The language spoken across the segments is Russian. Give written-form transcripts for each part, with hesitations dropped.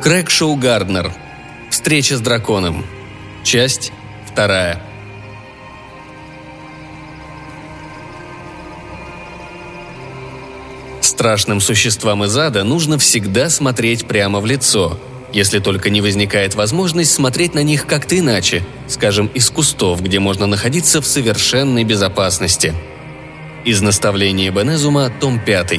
Крэгшоу Гарднер. Встреча с драконом. Часть 2. Страшным существам из ада нужно всегда смотреть прямо в лицо, если только не возникает возможность смотреть на них как-то иначе, скажем, из кустов, где можно находиться в совершенной безопасности. Из наставления Ибн Эзума, том 5.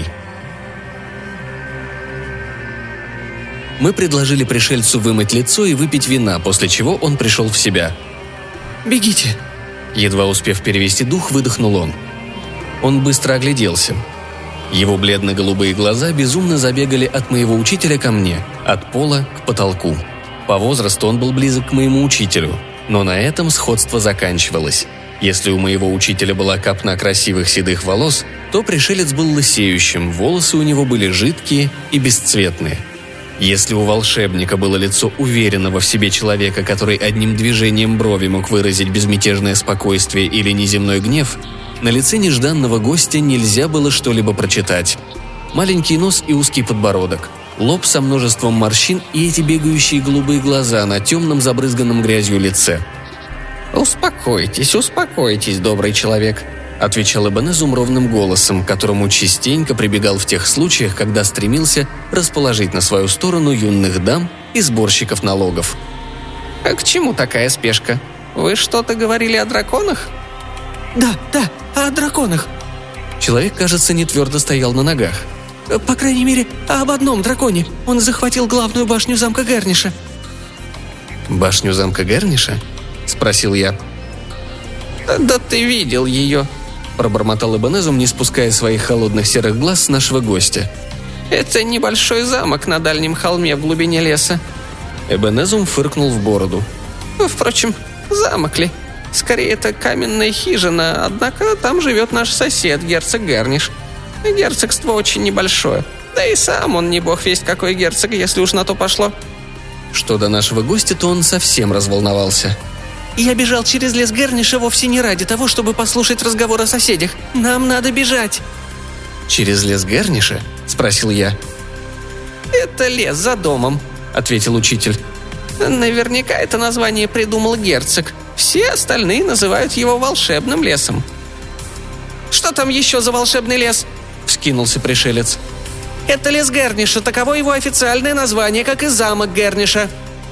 Мы предложили пришельцу вымыть лицо и выпить вина, после чего он пришел в себя. «Бегите!» Едва успев перевести дух, выдохнул он. Он быстро огляделся. Его бледно-голубые глаза безумно забегали от моего учителя ко мне, от пола к потолку. По возрасту он был близок к моему учителю, но на этом сходство заканчивалось. Если у моего учителя была копна красивых седых волос, то пришелец был лысеющим, волосы у него были жидкие и бесцветные. Если у волшебника было лицо уверенного в себе человека, который одним движением брови мог выразить безмятежное спокойствие или неземной гнев, на лице нежданного гостя нельзя было что-либо прочитать. Маленький нос и узкий подбородок, лоб со множеством морщин и эти бегающие голубые глаза на темном забрызганном грязью лице. «Успокойтесь, добрый человек», — отвечал Ибн Эзум ровным голосом, к которому частенько прибегал в тех случаях, когда стремился расположить на свою сторону юных дам и сборщиков налогов. «А к чему такая спешка? Вы что-то говорили о драконах?» «Да, о драконах». Человек, кажется, не твердо стоял на ногах. «По крайней мере, об одном драконе. Он захватил главную башню замка Герниша». «Башню замка Герниша?» — спросил я. «Да ты видел ее», — пробормотал Ибн Эзум, не спуская своих холодных серых глаз с нашего гостя. «Это небольшой замок на дальнем холме в глубине леса». Ибн Эзум фыркнул в бороду. «Впрочем, замок ли? Скорее, это каменная хижина, однако там живет наш сосед, герцог Герниш. Герцогство очень небольшое. Да и сам он не бог весть какой герцог, если уж на то пошло». Что до нашего гостя, то он совсем разволновался. «Я бежал через лес Герниша вовсе не ради того, чтобы послушать разговор о соседях. Нам надо бежать». «Через лес Герниша?» – спросил я. «Это лес за домом», – ответил учитель. «Наверняка это название придумал герцог. Все остальные называют его волшебным лесом». «Что там еще за волшебный лес?» – вскинулся пришелец. «Это лес Герниша, таково его официальное название, как и замок Герниша».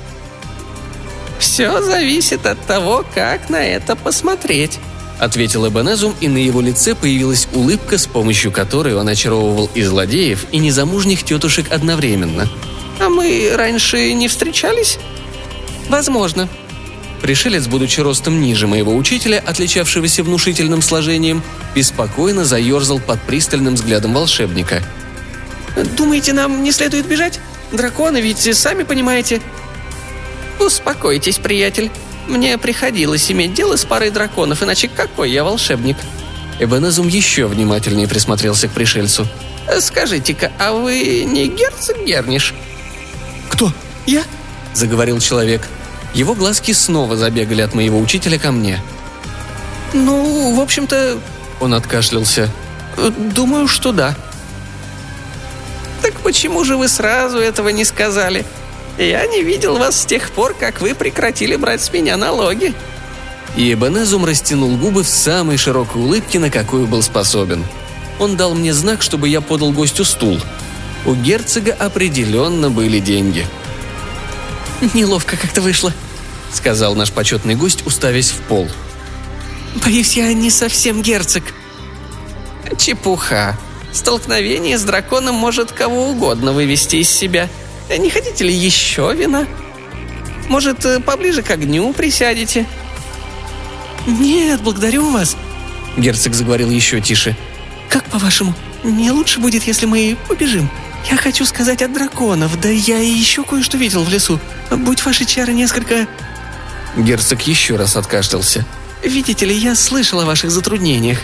«Все зависит от того, как на это посмотреть», — ответил Ибн Эзум, и на его лице появилась улыбка, с помощью которой он очаровывал и злодеев, и незамужних тетушек одновременно. «А мы раньше не встречались?» «Возможно». Пришелец, будучи ростом ниже моего учителя, отличавшегося внушительным сложением, беспокойно заерзал под пристальным взглядом волшебника. «Думаете, нам не следует бежать? Драконы ведь, сами понимаете...» «Успокойтесь, приятель. Мне приходилось иметь дело с парой драконов, иначе какой я волшебник?» Ибн Эзум еще внимательнее присмотрелся к пришельцу. «Скажите-ка, а вы не герцог Герниш?» «Кто? Я?» – заговорил человек. Его глазки снова забегали от моего учителя ко мне. «Ну, в общем-то...» – он откашлялся. «Думаю, что да». «Так почему же вы сразу этого не сказали? Я не видел вас с тех пор, как вы прекратили брать с меня налоги». И Ибн Эзум растянул губы в самой широкой улыбке, на какую был способен. Он дал мне знак, чтобы я подал гостю стул. У герцога определенно были деньги. «Неловко как-то вышло», — сказал наш почетный гость, уставясь в пол. «Боюсь, я не совсем герцог». «Чепуха. Столкновение с драконом может кого угодно вывести из себя. Не хотите ли еще вина? Может, поближе к огню присядете?» «Нет, благодарю вас», — герцог заговорил еще тише. «Как по-вашему, не лучше будет, если мы побежим? Я хочу сказать от драконов, да я и еще кое-что видел в лесу. Будь ваши чары несколько...» Герцог еще раз откашлялся. «Видите ли, я слышал о ваших затруднениях».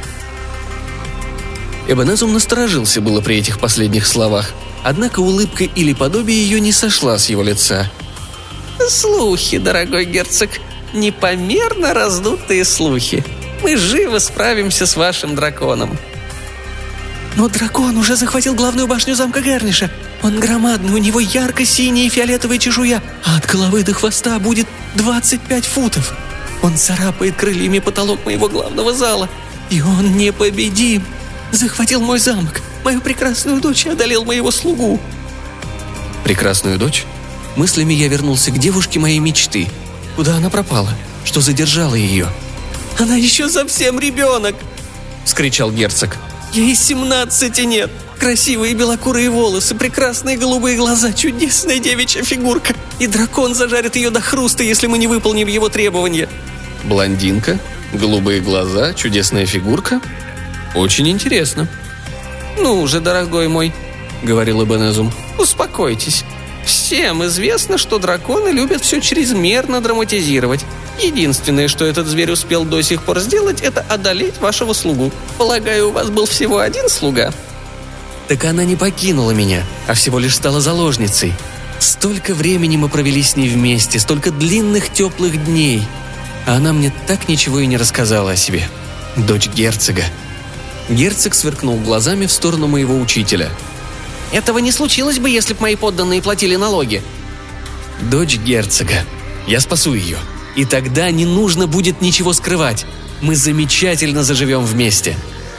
Ибн Эзум насторожился было при этих последних словах, однако улыбка или подобие ее не сошла с его лица. «Слухи, дорогой герцог, непомерно раздутые слухи. Мы живо справимся с вашим драконом». Но дракон уже захватил главную башню замка Герниша. Он громадный, у него ярко-синяя и фиолетовая чешуя, а от головы до хвоста будет 25 футов. Он царапает крыльями потолок моего главного зала. И он непобедим. Захватил мой замок, мою прекрасную дочь и одолел моего слугу». Прекрасную дочь? Мыслями я вернулся к девушке моей мечты. Куда она пропала? Что задержало ее? «Она еще совсем ребенок!» – вскричал герцог. «Ей 17 нет. Красивые белокурые волосы, прекрасные голубые глаза, чудесная девичья фигурка. И дракон зажарит ее до хруста, если мы не выполним его требования». Блондинка? Голубые глаза? Чудесная фигурка? Очень интересно. «Ну же, дорогой мой», — говорил Эбенезум, — «успокойтесь. Всем известно, что драконы любят все чрезмерно драматизировать. Единственное, что этот зверь успел до сих пор сделать, это одолеть вашего слугу. Полагаю, у вас был всего один слуга». Так она не покинула меня, а всего лишь стала заложницей. Столько времени мы провели с ней вместе, столько длинных теплых дней. А она мне так ничего и не рассказала о себе. Дочь герцога. Герцог сверкнул глазами в сторону моего учителя. «Этого не случилось бы, если бы мои подданные платили налоги». Дочь герцога. Я спасу ее. И тогда не нужно будет ничего скрывать. Мы замечательно заживем вместе.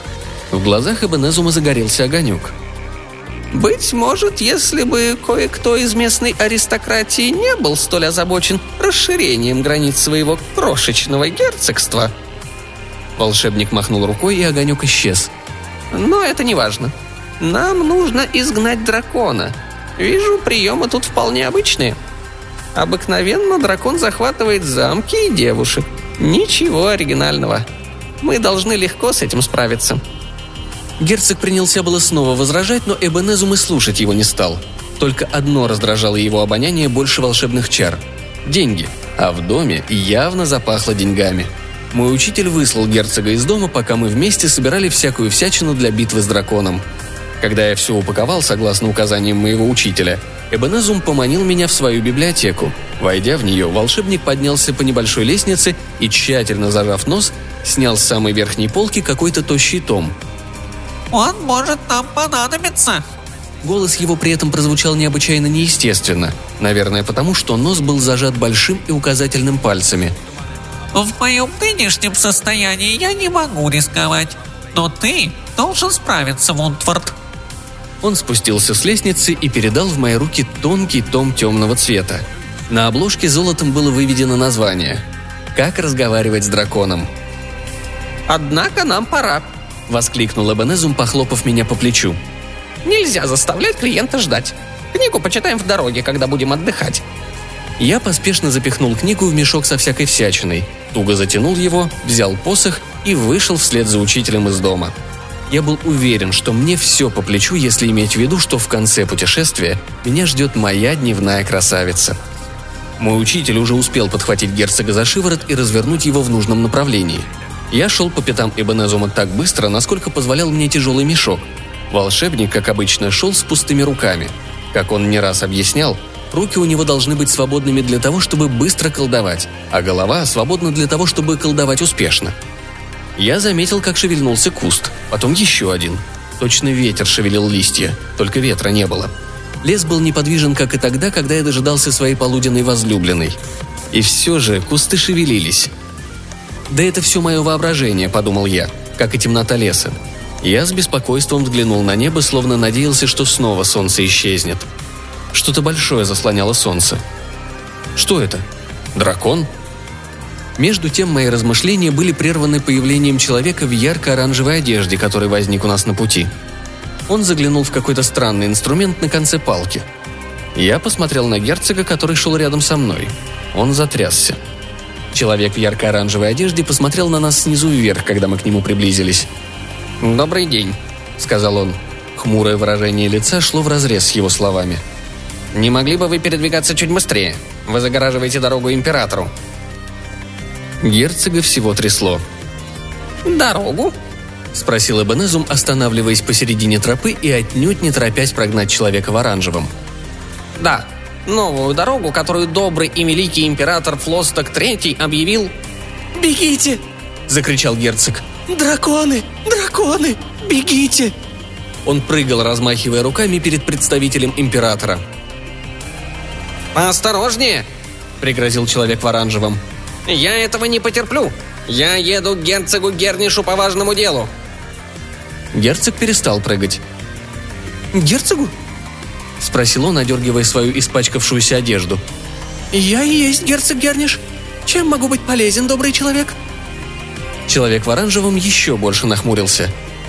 В глазах Эбенезума загорелся огонек. «Быть может, если бы кое-кто из местной аристократии не был столь озабочен расширением границ своего крошечного герцогства». Волшебник махнул рукой, и огонек исчез. «Но это не важно. Нам нужно изгнать дракона. Вижу, приемы тут вполне обычные. Обыкновенно дракон захватывает замки и девушек. Ничего оригинального. Мы должны легко с этим справиться». Герцог принялся было снова возражать, но Эбенезум и слушать его не стал. Только одно раздражало его обоняние больше волшебных чар – деньги, а в доме явно запахло деньгами. Мой учитель выслал герцога из дома, пока мы вместе собирали всякую всячину для битвы с драконом. Когда я все упаковал согласно указаниям моего учителя, Эбенезум поманил меня в свою библиотеку. Войдя в нее, волшебник поднялся по небольшой лестнице и, тщательно зажав нос, снял с самой верхней полки какой-то тощий том. «Он может нам понадобиться!» Голос его при этом прозвучал необычайно неестественно. Наверное, потому что нос был зажат большим и указательным пальцами. «В моем нынешнем состоянии я не могу рисковать, но ты должен справиться, Вундфорд». Он спустился с лестницы и передал в мои руки тонкий том темного цвета. На обложке золотом было выведено название «Как разговаривать с драконом». «Однако нам пора», — воскликнул Эбенезум, похлопав меня по плечу. «Нельзя заставлять клиента ждать. Книгу почитаем в дороге, когда будем отдыхать». Я поспешно запихнул книгу в мешок со всякой всячиной, туго затянул его, взял посох и вышел вслед за учителем из дома. Я был уверен, что мне все по плечу, если иметь в виду, что в конце путешествия меня ждет моя дневная красавица. Мой учитель уже успел подхватить герцога за шиворот и развернуть его в нужном направлении. Я шел по пятам Эбенезума так быстро, насколько позволял мне тяжелый мешок. Волшебник, как обычно, шел с пустыми руками. Как он не раз объяснял, руки у него должны быть свободными для того, чтобы быстро колдовать, а голова свободна для того, чтобы колдовать успешно. Я заметил, как шевельнулся куст, потом еще один. Точно ветер шевелил листья, только ветра не было. Лес был неподвижен, как и тогда, когда я дожидался своей полуденной возлюбленной. И все же кусты шевелились. «Да это все мое воображение», — подумал я, как и темнота леса. Я с беспокойством взглянул на небо, словно надеялся, что снова солнце исчезнет. Что-то большое заслоняло солнце. Что это? Дракон? Между тем мои размышления были прерваны появлением человека в ярко-оранжевой одежде, который возник у нас на пути. Он заглянул в какой-то странный инструмент на конце палки. Я посмотрел на герцога, который шел рядом со мной. Он затрясся. Человек в ярко-оранжевой одежде посмотрел на нас снизу вверх, когда мы к нему приблизились. «Добрый день», — сказал он. Хмурое выражение лица шло вразрез с его словами. «Не могли бы вы передвигаться чуть быстрее? Вы загораживаете дорогу императору». Герцога всего трясло. «Дорогу?» — спросил Эбенезум, останавливаясь посередине тропы и отнюдь не торопясь прогнать человека в оранжевом. «Да, новую дорогу, которую добрый и великий император Флосток III объявил...» «Бегите!» — закричал герцог. «Драконы! Драконы! Бегите!» Он прыгал, размахивая руками перед представителем императора. «Осторожнее!» – пригрозил человек в оранжевом. «Я этого не потерплю! Я еду к герцогу Гернишу по важному делу!» Герцог перестал прыгать. «Герцогу?» – спросил он, одергивая свою испачкавшуюся одежду. «Я и есть герцог Герниш. Чем могу быть полезен, добрый человек?» Человек в оранжевом еще больше нахмурился.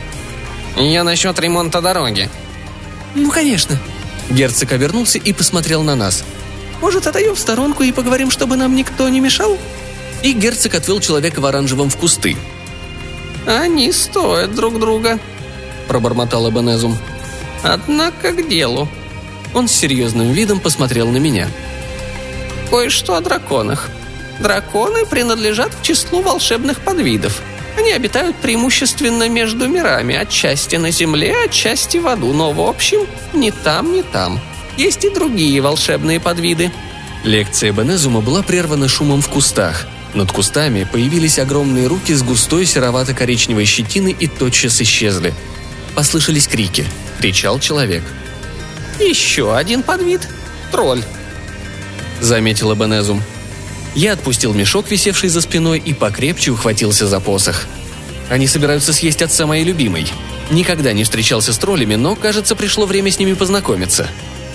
«Я насчет ремонта дороги». «Ну, конечно». Герцог обернулся и посмотрел на нас. «Может, отойдем в сторонку и поговорим, чтобы нам никто не мешал?» И герцог отвел человека в оранжевом в кусты. «Они стоят друг друга», – пробормотал Эбенезум. «Однако к делу». Он с серьезным видом посмотрел на меня. «Кое-что о драконах. Драконы принадлежат к числу волшебных подвидов. Они обитают преимущественно между мирами, отчасти на земле, отчасти в аду, но в общем ни там, ни там. Есть и другие волшебные подвиды». Лекция Эбенезума была прервана шумом в кустах. Над кустами появились огромные руки с густой серовато-коричневой щетиной и тотчас исчезли. Послышались крики. Кричал человек. «Еще один подвид – тролль», – заметил Эбенезум. Я отпустил мешок, висевший за спиной, и покрепче ухватился за посох. Они собираются съесть отца моей любимой. Никогда не встречался с троллями, но, кажется, пришло время с ними познакомиться.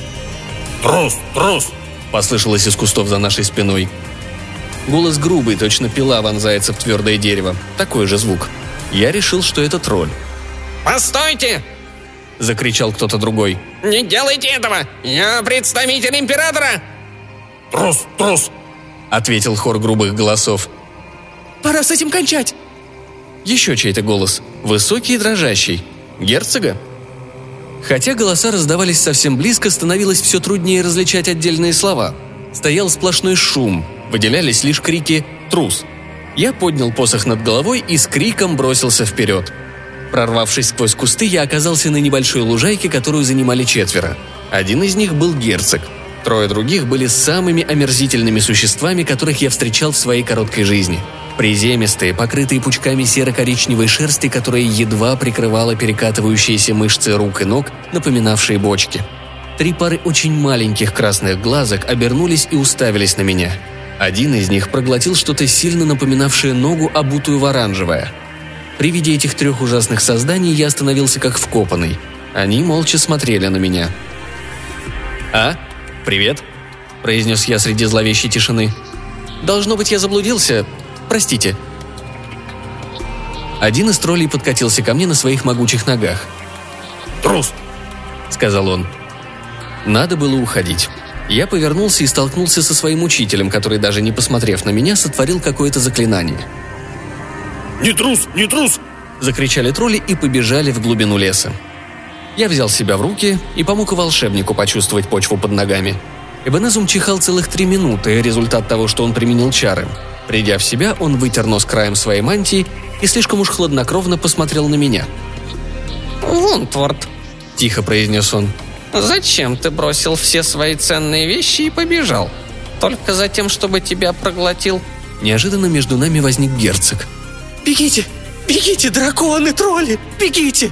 «Трус! Трус!» – послышалось из кустов за нашей спиной. Голос грубый, точно пила вонзается в твердое дерево. Такой же звук. Я решил, что это тролль. «Постойте!» – закричал кто-то другой. «Не делайте этого! Я представитель императора!» «Трус! Трус!» – ответил хор грубых голосов. «Пора с этим кончать!» Еще чей-то голос. Высокий и дрожащий. Герцога? Хотя голоса раздавались совсем близко, становилось все труднее различать отдельные слова. Стоял сплошной шум. Выделялись лишь крики «Трус!». Я поднял посох над головой и с криком бросился вперед. Прорвавшись сквозь кусты, я оказался на небольшой лужайке, которую занимали 4. Один из них был герцог. 3 других были самыми омерзительными существами, которых я встречал в своей короткой жизни. Приземистые, покрытые пучками серо-коричневой шерсти, которая едва прикрывала перекатывающиеся мышцы рук и ног, напоминавшие бочки. 3 пары очень маленьких красных глазок обернулись и уставились на меня. Один из них проглотил что-то сильно напоминавшее ногу, обутую в оранжевое. При виде этих 3 ужасных созданий я остановился как вкопанный. Они молча смотрели на меня. «А? Привет», – произнес я среди зловещей тишины. «Должно быть, я заблудился. Простите». Один из троллей подкатился ко мне на своих могучих ногах. «Трус!» – сказал он. Надо было уходить. Я повернулся и столкнулся со своим учителем, который, даже не посмотрев на меня, сотворил какое-то заклинание. «Не трус! Не трус!» – закричали тролли и побежали в глубину леса. Я взял себя в руки и помог волшебнику почувствовать почву под ногами. Эбенезум чихал целых 3 минуты, результат того, что он применил чары. Придя в себя, он вытер нос краем своей мантии и слишком уж хладнокровно посмотрел на меня. «Вунтвард», – тихо произнес он. «Зачем ты бросил все свои ценные вещи и побежал? Только за тем, чтобы тебя проглотил?» Неожиданно между нами возник герцог. «Бегите! Бегите, драконы, тролли! Бегите!»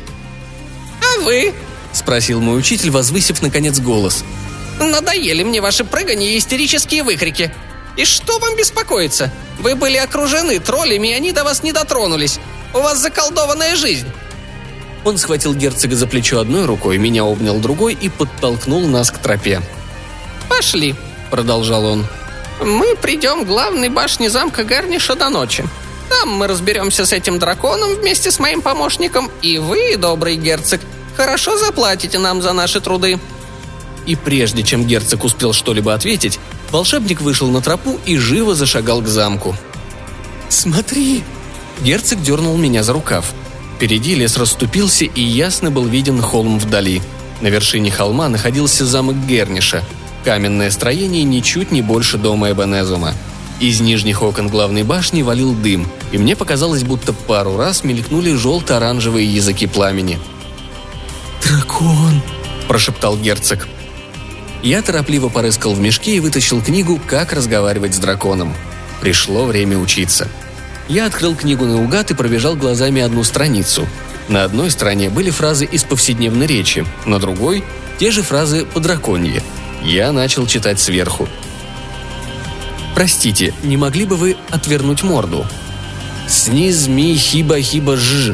«А вы?» – спросил мой учитель, возвысив наконец голос. «Надоели мне ваши прыгания и истерические выкрики. И что вам беспокоиться? Вы были окружены троллями, и они до вас не дотронулись. У вас заколдованная жизнь». Он схватил герцога за плечо одной рукой, меня обнял другой и подтолкнул нас к тропе. «Пошли», – продолжал он. «Мы придем к главной башне замка Гарниша до ночи. Там мы разберемся с этим драконом вместе с моим помощником, и вы, добрый герцог, хорошо заплатите нам за наши труды». И прежде чем герцог успел что-либо ответить, волшебник вышел на тропу и живо зашагал к замку. «Смотри!» Герцог дернул меня за рукав. Впереди лес расступился, и ясно был виден холм вдали. На вершине холма находился замок Герниша. Каменное строение ничуть не больше дома Эбенезума. Из нижних окон главной башни валил дым, и мне показалось, будто пару раз мелькнули желто-оранжевые языки пламени. «Дракон!» – прошептал герцог. Я торопливо порыскал в мешке и вытащил книгу «Как разговаривать с драконом». Пришло время учиться. Я открыл книгу наугад и пробежал глазами одну страницу. На одной стороне были фразы из повседневной речи, на другой – те же фразы по драконье. Я начал читать сверху. «Простите, не могли бы вы отвернуть морду?» «Сниз ми хиба ж».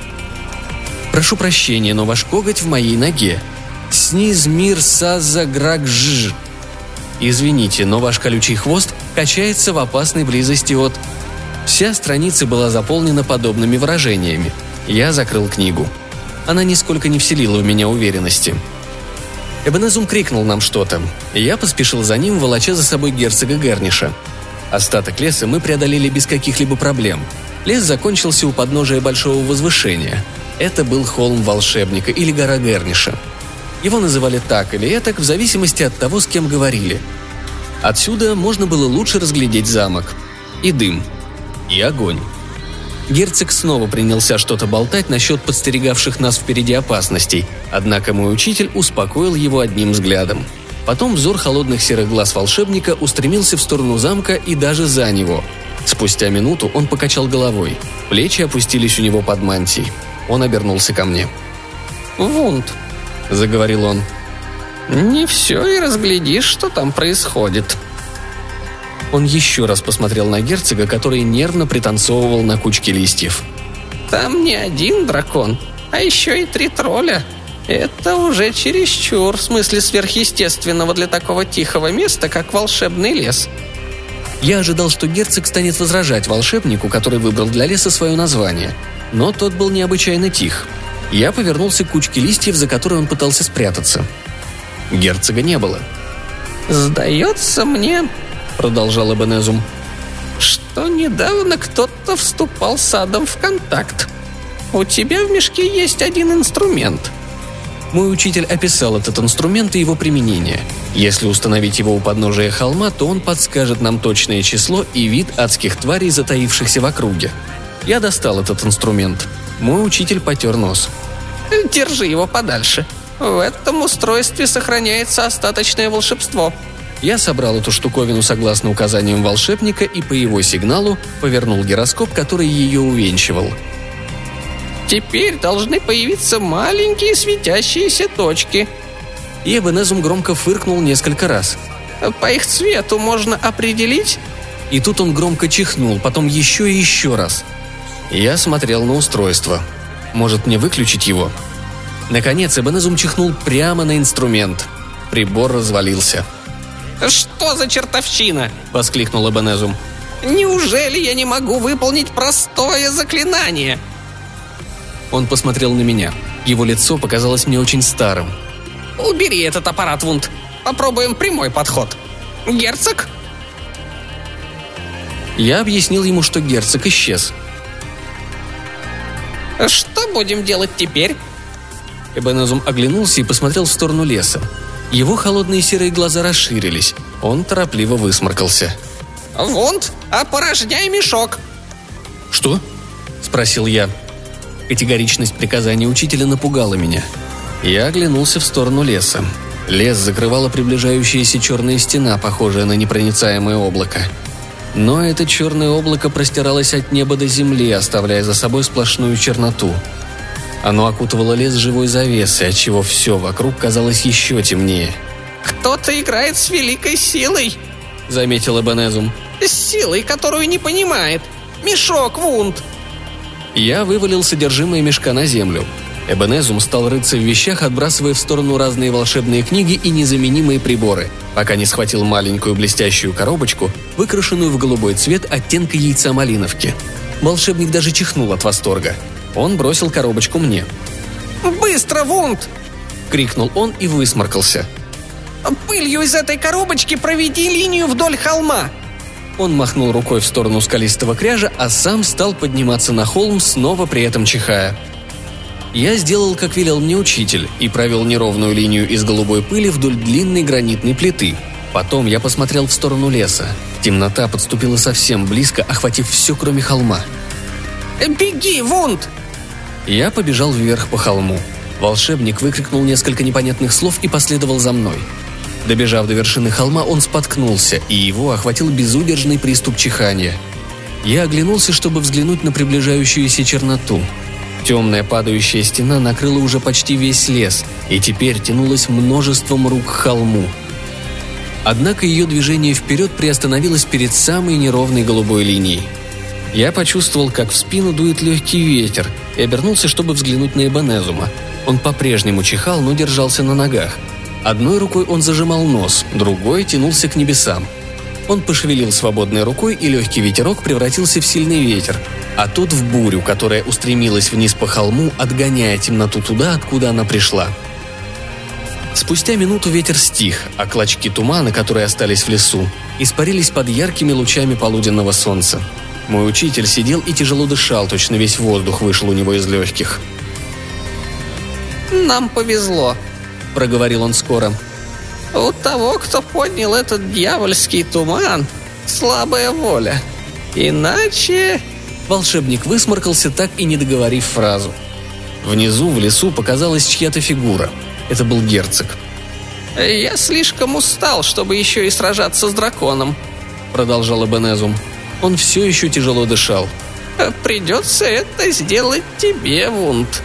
«Прошу прощения, но ваш коготь в моей ноге». «Сниз мир саза грак ж». «Извините, но ваш колючий хвост качается в опасной близости от...» Вся страница была заполнена подобными выражениями. Я закрыл книгу. Она нисколько не вселила в меня уверенности. Эбенезум крикнул нам что-то. Я поспешил за ним, волоча за собой герцога Герниша. Остаток леса мы преодолели без каких-либо проблем. Лес закончился у подножия большого возвышения. Это был холм волшебника или гора Герниша. Его называли так или этак в зависимости от того, с кем говорили. Отсюда можно было лучше разглядеть замок. И дым. И огонь. Герцог снова принялся что-то болтать насчет подстерегавших нас впереди опасностей, однако мой учитель успокоил его одним взглядом. Потом взор холодных серых глаз волшебника устремился в сторону замка и даже за него. Спустя минуту он покачал головой. Плечи опустились у него под мантией. Он обернулся ко мне. «Вунд», — заговорил он, — «не все и разглядишь, что там происходит». Он еще раз посмотрел на герцога, который нервно пританцовывал на кучке листьев. «Там не один дракон, а еще и 3 тролля. Это уже чересчур в смысле сверхъестественного для такого тихого места, как волшебный лес». Я ожидал, что герцог станет возражать волшебнику, который выбрал для леса свое название. Но тот был необычайно тих. Я повернулся к кучке листьев, за которой он пытался спрятаться. Герцога не было. «Сдается мне», — продолжал Эбенезум, — «что недавно кто-то вступал с адом в контакт. У тебя в мешке есть один инструмент». Мой учитель описал этот инструмент и его применение. Если установить его у подножия холма, то он подскажет нам точное число и вид адских тварей, затаившихся в округе. Я достал этот инструмент. Мой учитель потер нос. «Держи его подальше. В этом устройстве сохраняется остаточное волшебство». Я собрал эту штуковину согласно указаниям волшебника и по его сигналу повернул гироскоп, который ее увенчивал. «Теперь должны появиться маленькие светящиеся точки». И Эбенезум громко фыркнул несколько раз. «По их цвету можно определить...» И тут он громко чихнул, потом еще и еще раз. Я смотрел на устройство. Может, мне выключить его? Наконец Эбенезум чихнул прямо на инструмент. Прибор развалился. «Что за чертовщина?» – воскликнул Эбенезум. «Неужели я не могу выполнить простое заклинание?» Он посмотрел на меня. Его лицо показалось мне очень старым. «Убери этот аппарат, Вунд. Попробуем прямой подход. Герцог?» Я объяснил ему, что герцог исчез. «Что будем делать теперь?» Эбенезум оглянулся и посмотрел в сторону леса. Его холодные серые глаза расширились. Он торопливо высморкался. «Вунд, опорожняй мешок!» «Что?» – спросил я. Категоричность приказания учителя напугала меня. Я оглянулся в сторону леса. Лес закрывала приближающаяся черная стена, похожая на непроницаемое облако. Но это черное облако простиралось от неба до земли, оставляя за собой сплошную черноту. Оно окутывало лес живой завесой, отчего все вокруг казалось еще темнее. «Кто-то играет с великой силой», — заметил Эбенезум. «С силой, которую не понимает. Мешок, Вунд!» Я вывалил содержимое мешка на землю. Эбенезум стал рыться в вещах, отбрасывая в сторону разные волшебные книги и незаменимые приборы, пока не схватил маленькую блестящую коробочку, выкрашенную в голубой цвет оттенка яйца малиновки. Волшебник даже чихнул от восторга. Он бросил коробочку мне. «Быстро, Вунд!» — крикнул он и высморкался. «Пылью из этой коробочки проведи линию вдоль холма!» Он махнул рукой в сторону скалистого кряжа, а сам стал подниматься на холм, снова при этом чихая. Я сделал, как велел мне учитель, и провел неровную линию из голубой пыли вдоль длинной гранитной плиты. Потом я посмотрел в сторону леса. Темнота подступила совсем близко, охватив все, кроме холма. «Беги, Вунд!» Я побежал вверх по холму. Волшебник выкрикнул несколько непонятных слов и последовал за мной. Добежав до вершины холма, он споткнулся, и его охватил безудержный приступ чихания. Я оглянулся, чтобы взглянуть на приближающуюся черноту. Темная падающая стена накрыла уже почти весь лес, и теперь тянулась множеством рук к холму. Однако ее движение вперед приостановилось перед самой неровной голубой линией. Я почувствовал, как в спину дует легкий ветер, и обернулся, чтобы взглянуть на Эбенезума. Он по-прежнему чихал, но держался на ногах. Одной рукой он зажимал нос, другой тянулся к небесам. Он пошевелил свободной рукой, и легкий ветерок превратился в сильный ветер, а тот в бурю, которая устремилась вниз по холму, отгоняя темноту туда, откуда она пришла. Спустя минуту ветер стих, а клочки тумана, которые остались в лесу, испарились под яркими лучами полуденного солнца. Мой учитель сидел и тяжело дышал, точно весь воздух вышел у него из легких. «Нам повезло», — проговорил он скоро. «У того, кто поднял этот дьявольский туман, слабая воля. Иначе...» Волшебник высморкался, так и не договорив фразу. Внизу, в лесу, показалась чья-то фигура. Это был герцог. «Я слишком устал, чтобы еще и сражаться с драконом», — продолжал Эбенезум. Он все еще тяжело дышал. «Придется это сделать тебе, Вунд».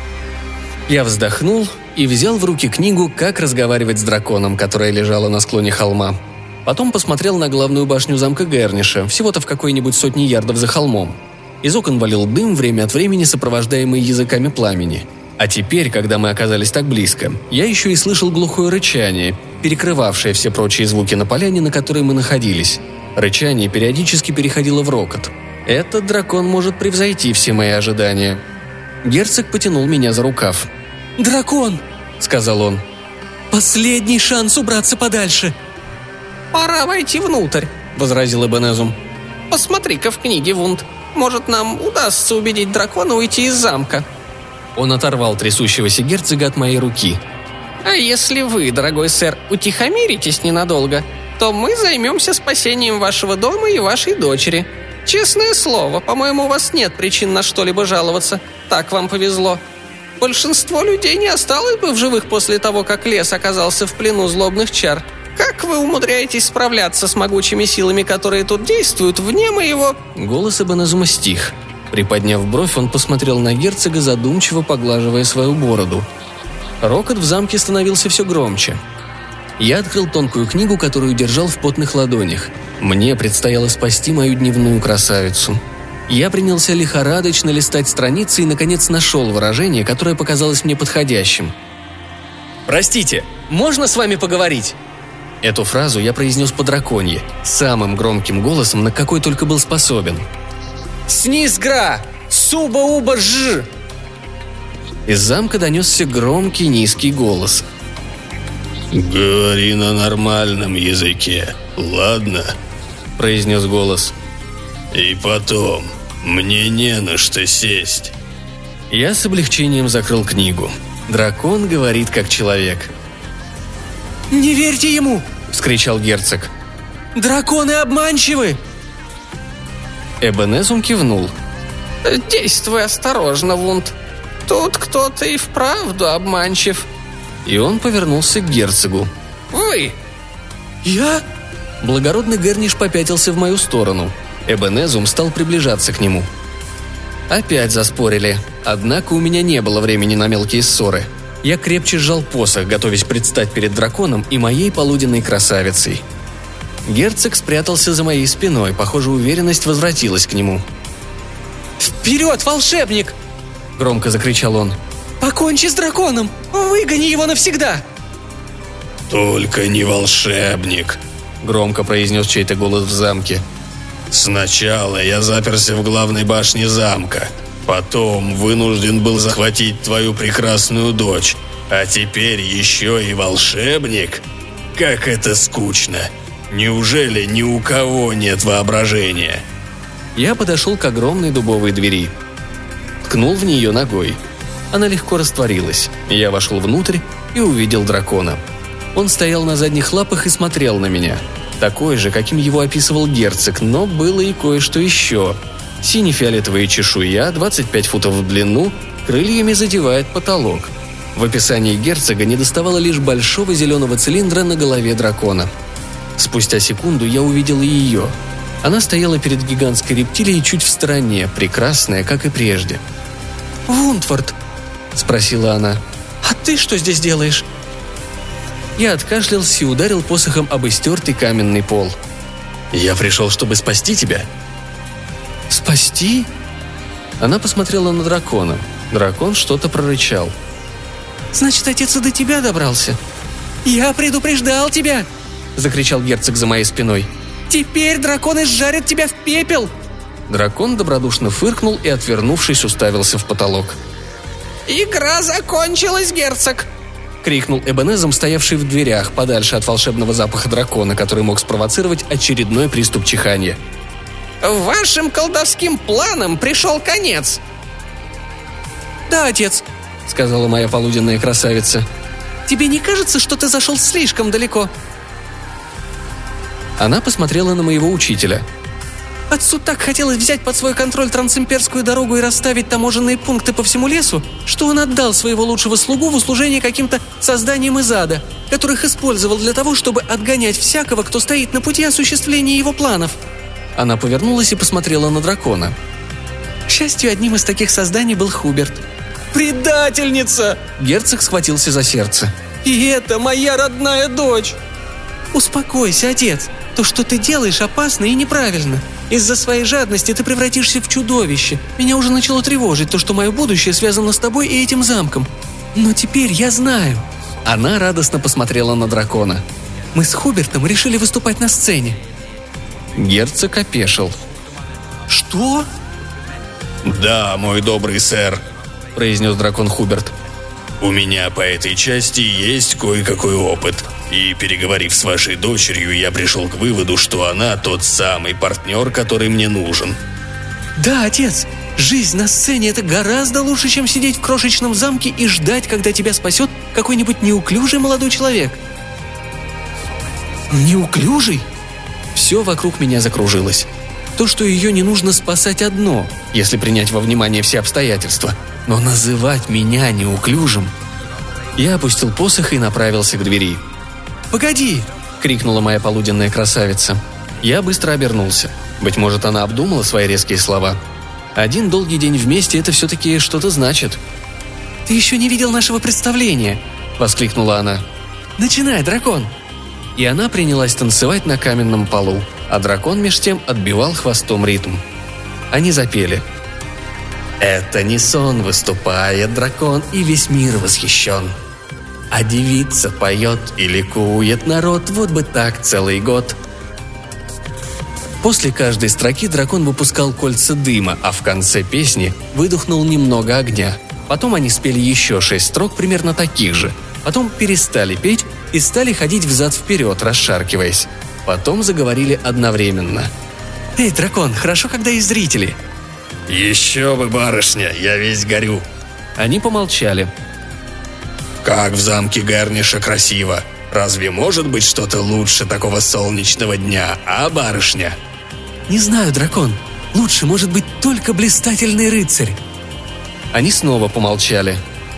Я вздохнул и взял в руки книгу «Как разговаривать с драконом», которая лежала на склоне холма. Потом посмотрел на главную башню замка Герниша, всего-то в какой-нибудь 100 ярдов за холмом. Из окон валил дым, время от времени сопровождаемый языками пламени. А теперь, когда мы оказались так близко, я еще и слышал глухое рычание, перекрывавшее все прочие звуки на поляне, на которой мы находились. Рычание периодически переходило в рокот. Этот дракон может превзойти все мои ожидания. Герцог потянул меня за рукав. «Дракон!» — сказал он. «Последний шанс убраться подальше!» «Пора войти внутрь», — возразил Эбенезум. «Посмотри-ка в книге, Вунд. Может, нам удастся убедить дракона уйти из замка». Он оторвал трясущегося герцога от моей руки. «А если вы, дорогой сэр, утихомиритесь ненадолго, то мы займемся спасением вашего дома и вашей дочери. Честное слово, по-моему, у вас нет причин на что-либо жаловаться. Так вам повезло. Большинство людей не осталось бы в живых после того, как лес оказался в плену злобных чар. Как вы умудряетесь справляться с могучими силами, которые тут действуют, вне моего...» Голос Эбенезума стих. Приподняв бровь, он посмотрел на герцога, задумчиво поглаживая свою бороду. Рокот в замке становился все громче. Я открыл тонкую книгу, которую держал в потных ладонях. Мне предстояло спасти мою дневную красавицу. Я принялся лихорадочно листать страницы и, наконец, нашел выражение, которое показалось мне подходящим. «Простите, можно с вами поговорить?» Эту фразу я произнес по-драконье, самым громким голосом, на какой только был способен. «Снизгра! Суба-уба-ж!» Из замка донесся громкий низкий голос. «Говори на нормальном языке, ладно?» – произнес голос. «И потом, мне не на что сесть». Я с облегчением закрыл книгу. Дракон говорит как человек. «Не верьте ему!» – вскричал герцог. «Драконы обманчивы!» Эбенезум кивнул. «Действуй осторожно, Вунд. Тут кто-то и вправду обманчив». И он повернулся к герцогу. «Вы!» «Я?» Благородный Герниш попятился в мою сторону. Эбенезум стал приближаться к нему. Опять заспорили, однако у меня не было времени на мелкие ссоры. Я крепче сжал посох, готовясь предстать перед драконом и моей полуденной красавицей. Герцог спрятался за моей спиной, похоже, уверенность возвратилась к нему. «Вперед, волшебник!» – громко закричал он. «Покончи с драконом! Выгони его навсегда!» «Только не волшебник», – громко произнес чей-то голос в замке. «Сначала я заперся в главной башне замка, потом вынужден был захватить твою прекрасную дочь, а теперь еще и волшебник? Как это скучно! Неужели ни у кого нет воображения?» Я подошел к огромной дубовой двери. Ткнул в нее ногой. Она легко растворилась. Я вошел внутрь и увидел дракона. Он стоял на задних лапах и смотрел на меня. Такой же, каким его описывал герцог, но было и кое-что еще. Сине-фиолетовая чешуя, 25 футов в длину, крыльями задевает потолок. В описании герцога недоставало лишь большого зеленого цилиндра на голове дракона. Спустя секунду я увидел и ее. Она стояла перед гигантской рептилией чуть в стороне, прекрасная, как и прежде. «Вунтфорд», — спросила она, — «а ты что здесь делаешь?» Я откашлялся и ударил посохом об истертый каменный пол. «Я пришел, чтобы спасти тебя». «Спасти?» Она посмотрела на дракона. Дракон что-то прорычал. «Значит, отец и до тебя добрался?» «Я предупреждал тебя!» — закричал герцог за моей спиной. «Теперь драконы сжарят тебя в пепел!» Дракон добродушно фыркнул и, отвернувшись, уставился в потолок. «Игра закончилась, герцог!» — крикнул Эбенезом, стоявший в дверях, подальше от волшебного запаха дракона, который мог спровоцировать очередной приступ чиханья. «Вашим колдовским планам пришел конец!» «Да, отец», — сказала моя полуденная красавица. «Тебе не кажется, что ты зашел слишком далеко?» Она посмотрела на моего учителя. «Отцу так хотелось взять под свой контроль трансимперскую дорогу и расставить таможенные пункты по всему лесу, что он отдал своего лучшего слугу в услужение каким-то созданиям из ада, которых использовал для того, чтобы отгонять всякого, кто стоит на пути осуществления его планов». Она повернулась и посмотрела на дракона. К счастью, одним из таких созданий был Хуберт. «Предательница!» Герцог схватился за сердце. «И это моя родная дочь!» «Успокойся, отец. То, что ты делаешь, опасно и неправильно. Из-за своей жадности ты превратишься в чудовище. Меня уже начало тревожить то, что мое будущее связано с тобой и этим замком. Но теперь я знаю». Она радостно посмотрела на дракона. «Мы с Хубертом решили выступать на сцене». Герцог опешил. «Что?» «Да, мой добрый сэр», — произнес дракон Хуберт. «У меня по этой части есть кое-какой опыт, и, переговорив с вашей дочерью, я пришел к выводу, что она тот самый партнер, который мне нужен». «Да, отец, жизнь на сцене – это гораздо лучше, чем сидеть в крошечном замке и ждать, когда тебя спасет какой-нибудь неуклюжий молодой человек». «Неуклюжий?» Все вокруг меня закружилось. То, что ее не нужно спасать, одно, если принять во внимание все обстоятельства. Но называть меня неуклюжим... Я опустил посох и направился к двери. «Погоди!» — крикнула моя полуденная красавица. Я быстро обернулся. Быть может, она обдумала свои резкие слова. Один долгий день вместе — это все-таки что-то значит. «Ты еще не видел нашего представления!» — воскликнула она. «Начинай, дракон!» И она принялась танцевать на каменном полу, а дракон меж тем отбивал хвостом ритм. Они запели. «Это не сон, выступает дракон, и весь мир восхищен. А девица поет и ликует народ, вот бы так целый год». После каждой строки дракон выпускал кольца дыма, а в конце песни выдохнул немного огня. Потом они спели еще 6 строк примерно таких же. Потом перестали петь и стали ходить взад-вперед, расшаркиваясь. Потом заговорили одновременно. «Эй, дракон, хорошо, когда есть зрители». «Еще бы, барышня, я весь горю». Они помолчали. «Как в замке Герниша красиво! Разве может быть что-то лучше такого солнечного дня, а, барышня?» «Не знаю, дракон. Лучше может быть только блистательный рыцарь». Они снова помолчали.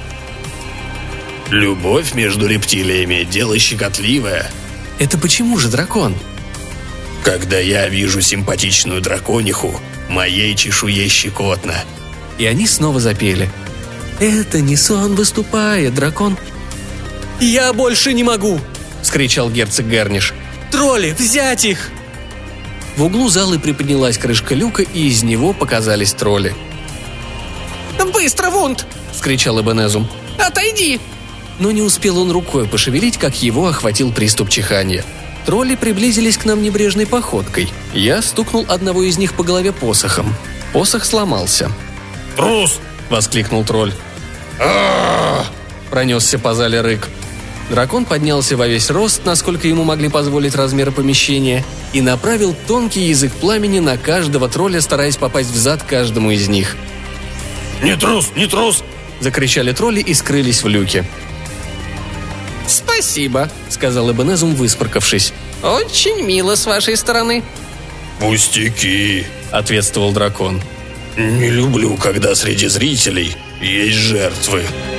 «Любовь между рептилиями – дело щекотливое». «Это почему же, дракон?» «Когда я вижу симпатичную дракониху, моей чешуе щекотно». И они снова запели. «Это не сон, выступает дракон». «Я больше не могу!» – вскричал герцог Герниш. «Тролли, взять их!» В углу зала приподнялась крышка люка, и из него показались тролли. «Быстро, Вунд!» – вскричал Эбенезум. «Отойди!» Но не успел он рукой пошевелить, как его охватил приступ чиханья. Тролли приблизились к нам небрежной походкой. Я стукнул одного из них по голове посохом. Посох сломался. «Трус!» – воскликнул тролль. Пронесся по зале рык. Дракон поднялся во весь рост, насколько ему могли позволить размеры помещения, и направил тонкий язык пламени на каждого тролля, стараясь попасть в зад каждому из них. «Не трус, не трус!» – закричали тролли и скрылись в люке. «Спасибо», – сказал Эбенезум, выспаркавшись. «Очень мило с вашей стороны». «Пустяки», – ответствовал дракон. «Не люблю, когда среди зрителей есть жертвы».